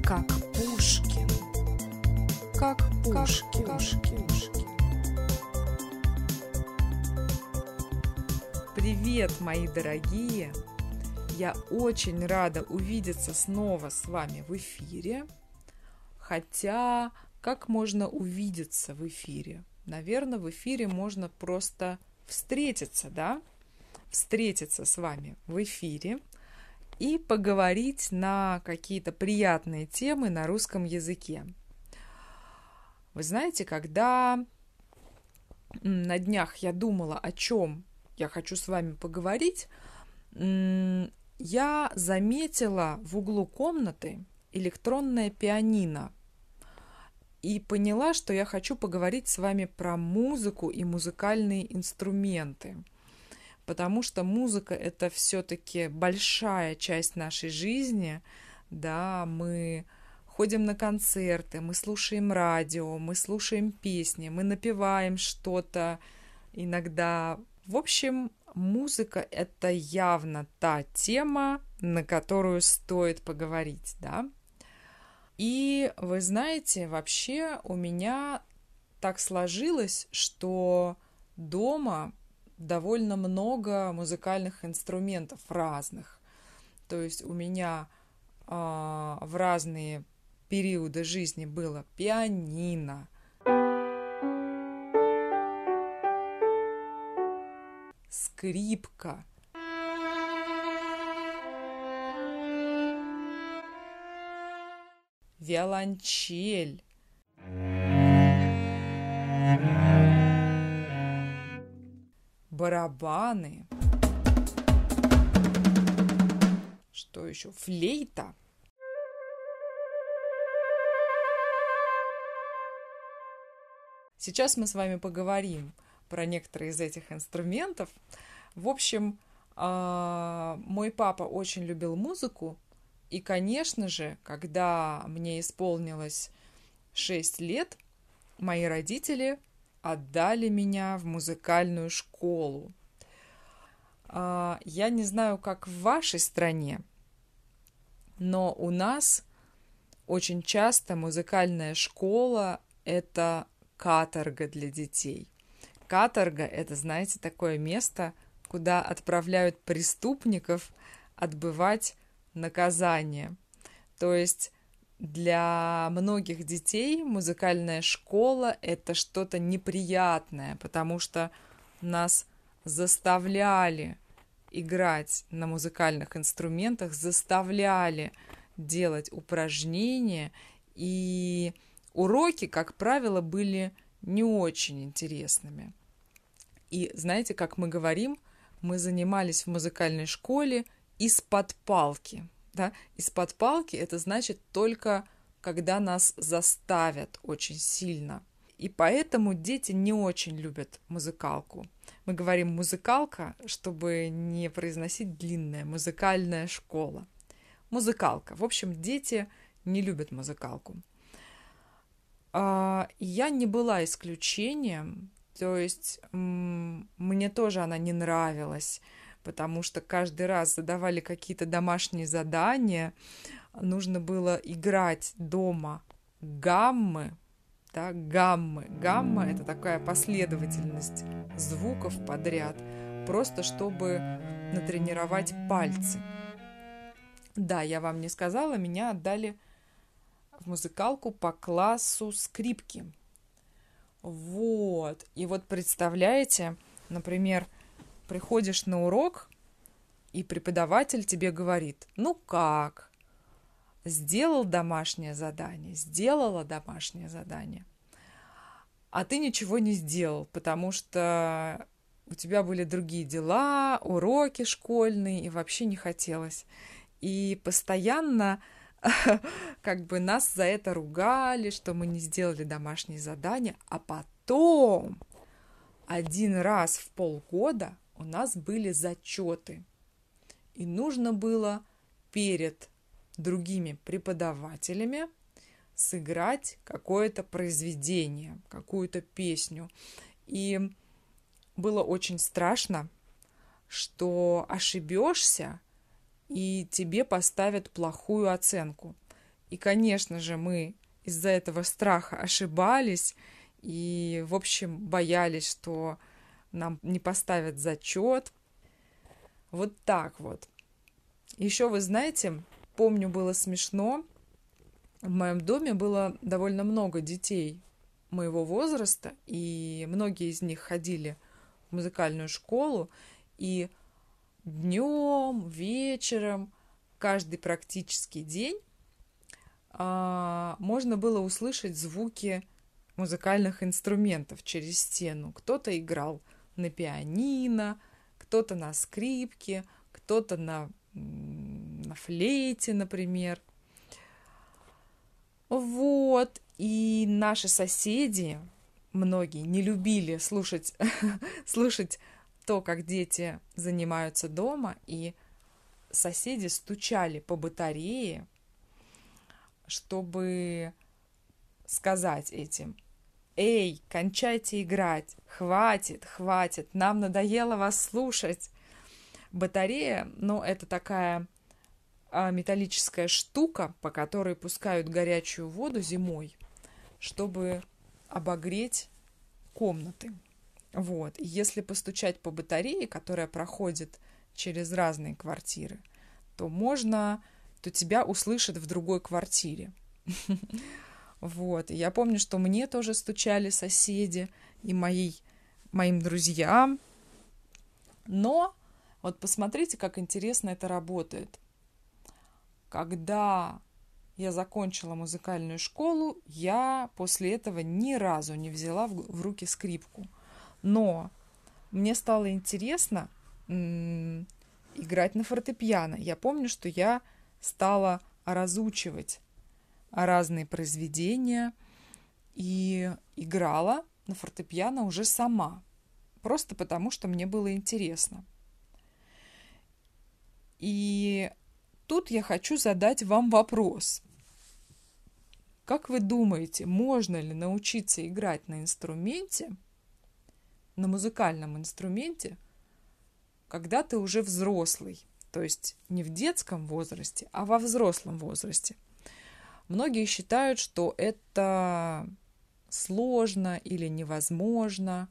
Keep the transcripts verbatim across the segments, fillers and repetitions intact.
как Пушкин, как Пушкин. Привет, мои дорогие! Я очень рада увидеться снова с вами в эфире. Хотя, как можно увидеться в эфире? Наверное, в эфире можно просто встретиться, да? Встретиться с вами в эфире и поговорить на какие-то приятные темы на русском языке. Вы знаете, когда на днях я думала, о чем я хочу с вами поговорить, я заметила в углу комнаты электронное пианино и поняла, что я хочу поговорить с вами про музыку и музыкальные инструменты, потому что музыка – это все-таки большая часть нашей жизни, да, мы ходим на концерты, мы слушаем радио, мы слушаем песни, мы напеваем что-то иногда. В общем, музыка – это явно та тема, на которую стоит поговорить, да. И вы знаете, вообще у меня так сложилось, что дома довольно много музыкальных инструментов разных. То есть у меня э, в разные периоды жизни было пианино, скрипка, виолончель, барабаны, что еще? Флейта. Сейчас мы с вами поговорим про некоторые из этих инструментов. В общем, мой папа очень любил музыку, и, конечно же, когда мне исполнилось шесть лет, мои родители отдали меня в музыкальную школу. Я не знаю, как в вашей стране, но у нас очень часто музыкальная школа – это каторга для детей. Каторга – это, знаете, такое место, куда отправляют преступников отбывать наказание. То есть для многих детей музыкальная школа – это что-то неприятное, потому что нас заставляли играть на музыкальных инструментах, заставляли делать упражнения, и уроки, как правило, были не очень интересными. И знаете, как мы говорим, мы занимались в музыкальной школе из-под палки. Да? Из-под палки это значит только, когда нас заставят очень сильно. И поэтому дети не очень любят музыкалку. Мы говорим «музыкалка», чтобы не произносить длинное, музыкальная школа. Музыкалка. В общем, дети не любят музыкалку. Я не была исключением, то есть мне тоже она не нравилась, потому что каждый раз задавали какие-то домашние задания, нужно было играть дома гаммы, да, гаммы. Гамма – это такая последовательность звуков подряд, просто чтобы натренировать пальцы. Да, я вам не сказала, меня отдали в музыкалку по классу скрипки. Вот. И вот представляете, например, приходишь на урок, и преподаватель тебе говорит: ну как? Сделал домашнее задание? Сделала домашнее задание? А ты ничего не сделал, потому что у тебя были другие дела, уроки школьные, и вообще не хотелось. И постоянно как бы нас за это ругали, что мы не сделали домашние задания, а потом один раз в полгода у нас были зачеты, и нужно было перед другими преподавателями сыграть какое-то произведение, какую-то песню. И было очень страшно, что ошибешься, и тебе поставят плохую оценку. И И, конечно же, мы из-за этого страха ошибались и, в общем, боялись, что нам не поставят зачет. Вот так вот. Еще, вы знаете, помню, было смешно. В моем доме было довольно много детей моего возраста, и многие из них ходили в музыкальную школу, и днем, вечером, каждый практически день а, можно было услышать звуки музыкальных инструментов через стену. Кто-то играл на пианино, кто-то на скрипке, кто-то на, на флейте, например. Вот, и наши соседи, многие, не любили слушать, слушать то, как дети занимаются дома, и соседи стучали по батарее, чтобы сказать этим: «Эй, кончайте играть, хватит, хватит, нам надоело вас слушать». Батарея, ну, это такая металлическая штука, по которой пускают горячую воду зимой, чтобы обогреть комнаты. Вот. И если постучать по батарее, которая проходит через разные квартиры, то можно, то тебя услышат в другой квартире. Вот. И я помню, что мне тоже стучали соседи и мои, моим друзьям. Но вот посмотрите, как интересно это работает. Когда я закончила музыкальную школу, я после этого ни разу не взяла в, в руки скрипку. Но мне стало интересно м- играть на фортепиано. Я помню, что я стала разучивать разные произведения и играла на фортепиано уже сама, просто потому что мне было интересно. И тут я хочу задать вам вопрос. Как вы думаете, можно ли научиться играть на инструменте, на музыкальном инструменте, когда ты уже взрослый? То есть не в детском возрасте, а во взрослом возрасте. Многие считают, что это сложно или невозможно.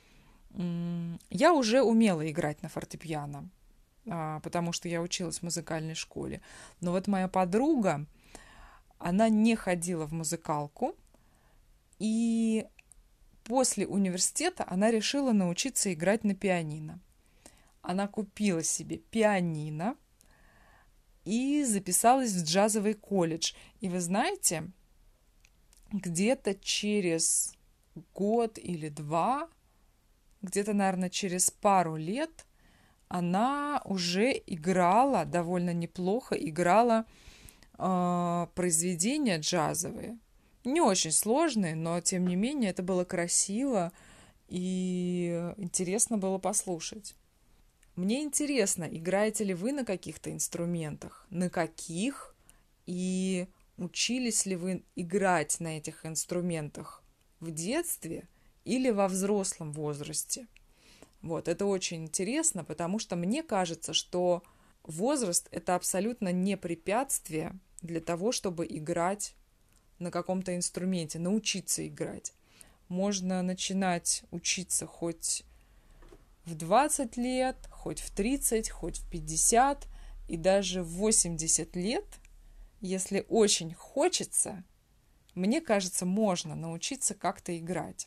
Я уже умела играть на фортепиано, потому что я училась в музыкальной школе. Но вот моя подруга, она не ходила в музыкалку, и после университета она решила научиться играть на пианино. Она купила себе пианино и записалась в джазовый колледж. И вы знаете, где-то через год или два, где-то, наверное, через пару лет она уже играла, довольно неплохо играла э, произведения джазовые. Не очень сложные, но, тем не менее, это было красиво и интересно было послушать. Мне интересно, играете ли вы на каких-то инструментах, на каких, и учились ли вы играть на этих инструментах в детстве или во взрослом возрасте. Вот, это очень интересно, потому что мне кажется, что возраст – это абсолютно не препятствие для того, чтобы играть на каком-то инструменте, научиться играть. Можно начинать учиться хоть в двадцать лет, хоть в тридцать, хоть в пятьдесят, и даже в восемьдесят лет, если очень хочется, мне кажется, можно научиться как-то играть.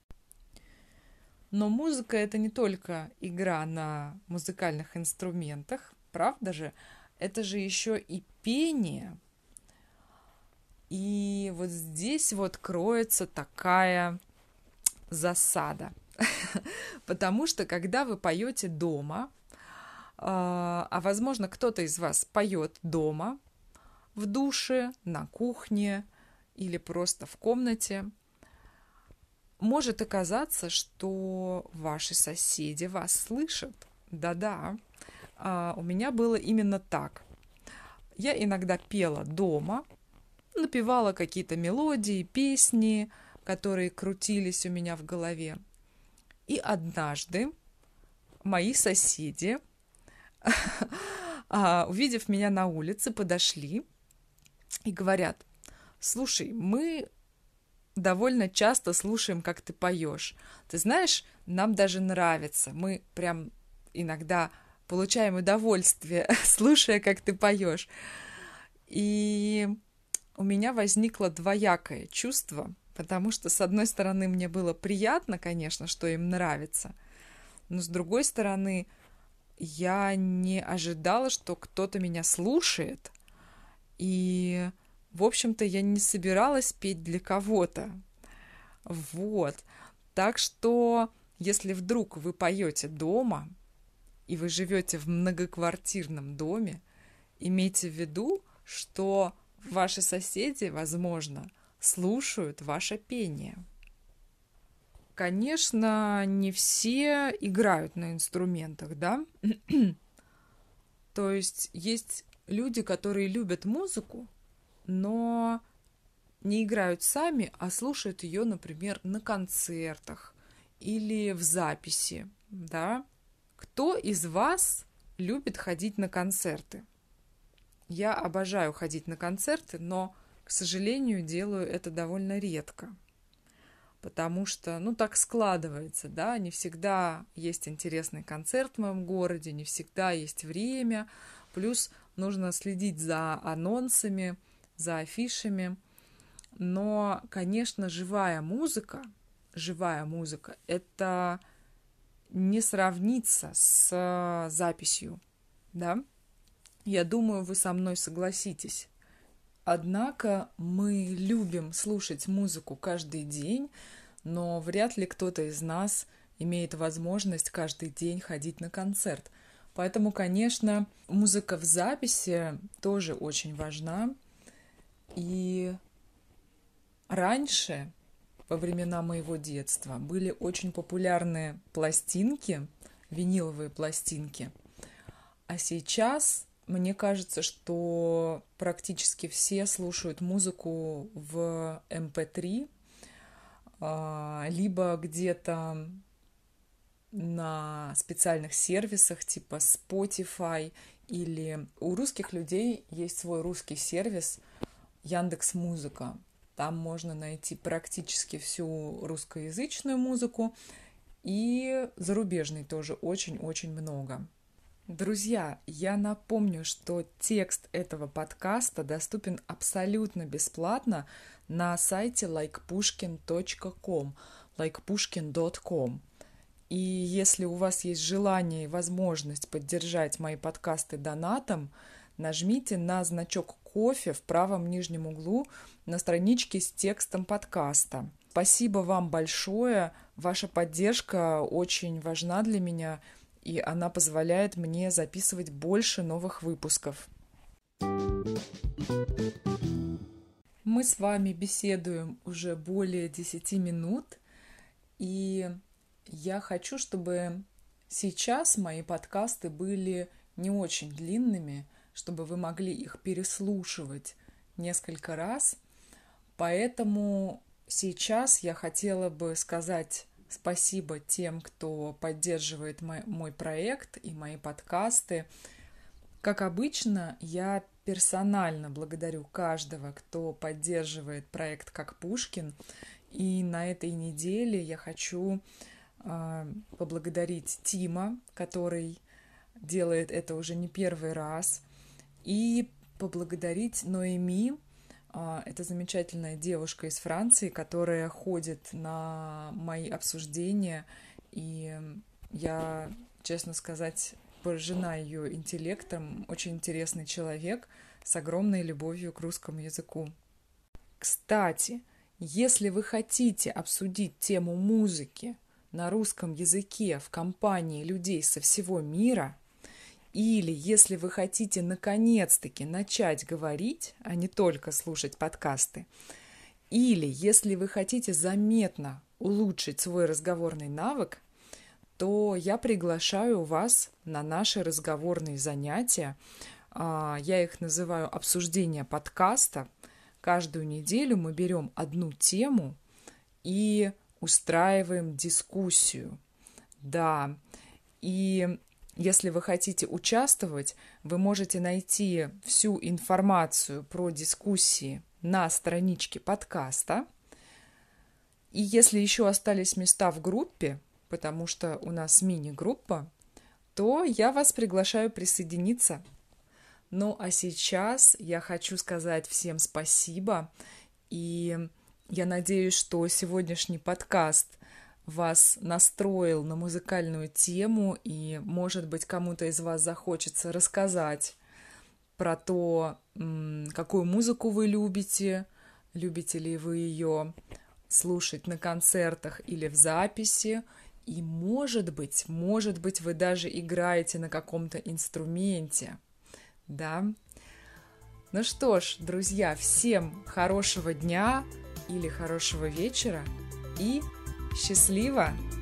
Но музыка – это не только игра на музыкальных инструментах, правда же? Это же еще и пение. И вот здесь вот кроется такая засада. Потому что, когда вы поете дома, а, возможно, кто-то из вас поет дома, в душе, на кухне или просто в комнате, может оказаться, что ваши соседи вас слышат. Да-да, у меня было именно так. Я иногда пела дома, напевала какие-то мелодии, песни, которые крутились у меня в голове. И однажды мои соседи, увидев меня на улице, подошли и говорят: слушай, мы довольно часто слушаем, как ты поешь. Ты знаешь, нам даже нравится. Мы прям иногда получаем удовольствие, слушая, как ты поешь. И у меня возникло двоякое чувство, потому что, с одной стороны, мне было приятно, конечно, что им нравится, но с другой стороны, я не ожидала, что кто-то меня слушает, и, в общем-то, я не собиралась петь для кого-то. Вот. Так что, если вдруг вы поете дома, и вы живете в многоквартирном доме, имейте в виду, что ваши соседи, возможно, слушают ваше пение. Конечно, не все играют на инструментах, да? То есть есть люди, которые любят музыку, но не играют сами, а слушают ее, например, на концертах или в записи, да? Кто из вас любит ходить на концерты? Я обожаю ходить на концерты, но, к сожалению, делаю это довольно редко. Потому что, ну, так складывается, да, не всегда есть интересный концерт в моем городе, не всегда есть время, плюс нужно следить за анонсами, за афишами. Но, конечно, живая музыка, живая музыка, это не сравнится с записью, да. Я думаю, вы со мной согласитесь. Однако мы любим слушать музыку каждый день, но вряд ли кто-то из нас имеет возможность каждый день ходить на концерт. Поэтому, конечно, музыка в записи тоже очень важна. И раньше, во времена моего детства, были очень популярные пластинки, виниловые пластинки. А сейчас мне кажется, что практически все слушают музыку в эм пэ три, либо где-то на специальных сервисах типа Spotify, или у русских людей есть свой русский сервис Яндекс.Музыка. Там можно найти практически всю русскоязычную музыку, и зарубежной тоже очень-очень много. Друзья, я напомню, что текст этого подкаста доступен абсолютно бесплатно на сайте лайк пушкин точка ком, лайк пушкин точка ком. И если у вас есть желание и возможность поддержать мои подкасты донатом, нажмите на значок кофе в правом нижнем углу на страничке с текстом подкаста. Спасибо вам большое, ваша поддержка очень важна для меня, и она позволяет мне записывать больше новых выпусков. Мы с вами беседуем уже более десяти минут, и я хочу, чтобы сейчас мои подкасты были не очень длинными, чтобы вы могли их переслушивать несколько раз. Поэтому сейчас я хотела бы сказать спасибо тем, кто поддерживает мой, мой проект и мои подкасты. Как обычно, я персонально благодарю каждого, кто поддерживает проект «Как Пушкин». И на этой неделе я хочу э, поблагодарить Тима, который делает это уже не первый раз, и поблагодарить Ноэми. Это замечательная девушка из Франции, которая ходит на мои обсуждения, и я, честно сказать, поражена ее интеллектом. Очень интересный человек с огромной любовью к русскому языку. Кстати, если вы хотите обсудить тему музыки на русском языке в компании людей со всего мира, или если вы хотите наконец-таки начать говорить, а не только слушать подкасты, или если вы хотите заметно улучшить свой разговорный навык, то я приглашаю вас на наши разговорные занятия. Я их называю «Обсуждение подкаста». Каждую неделю мы берем одну тему и устраиваем дискуссию. Да, и Если вы хотите участвовать, вы можете найти всю информацию про дискуссии на страничке подкаста. И если еще остались места в группе, потому что у нас мини-группа, то я вас приглашаю присоединиться. Ну а сейчас я хочу сказать всем спасибо, и я надеюсь, что сегодняшний подкаст вас настроил на музыкальную тему, и, может быть, кому-то из вас захочется рассказать про то, какую музыку вы любите, любите ли вы ее слушать на концертах или в записи, и, может быть, может быть, вы даже играете на каком-то инструменте, да? Ну что ж, друзья, всем хорошего дня или хорошего вечера и счастливо!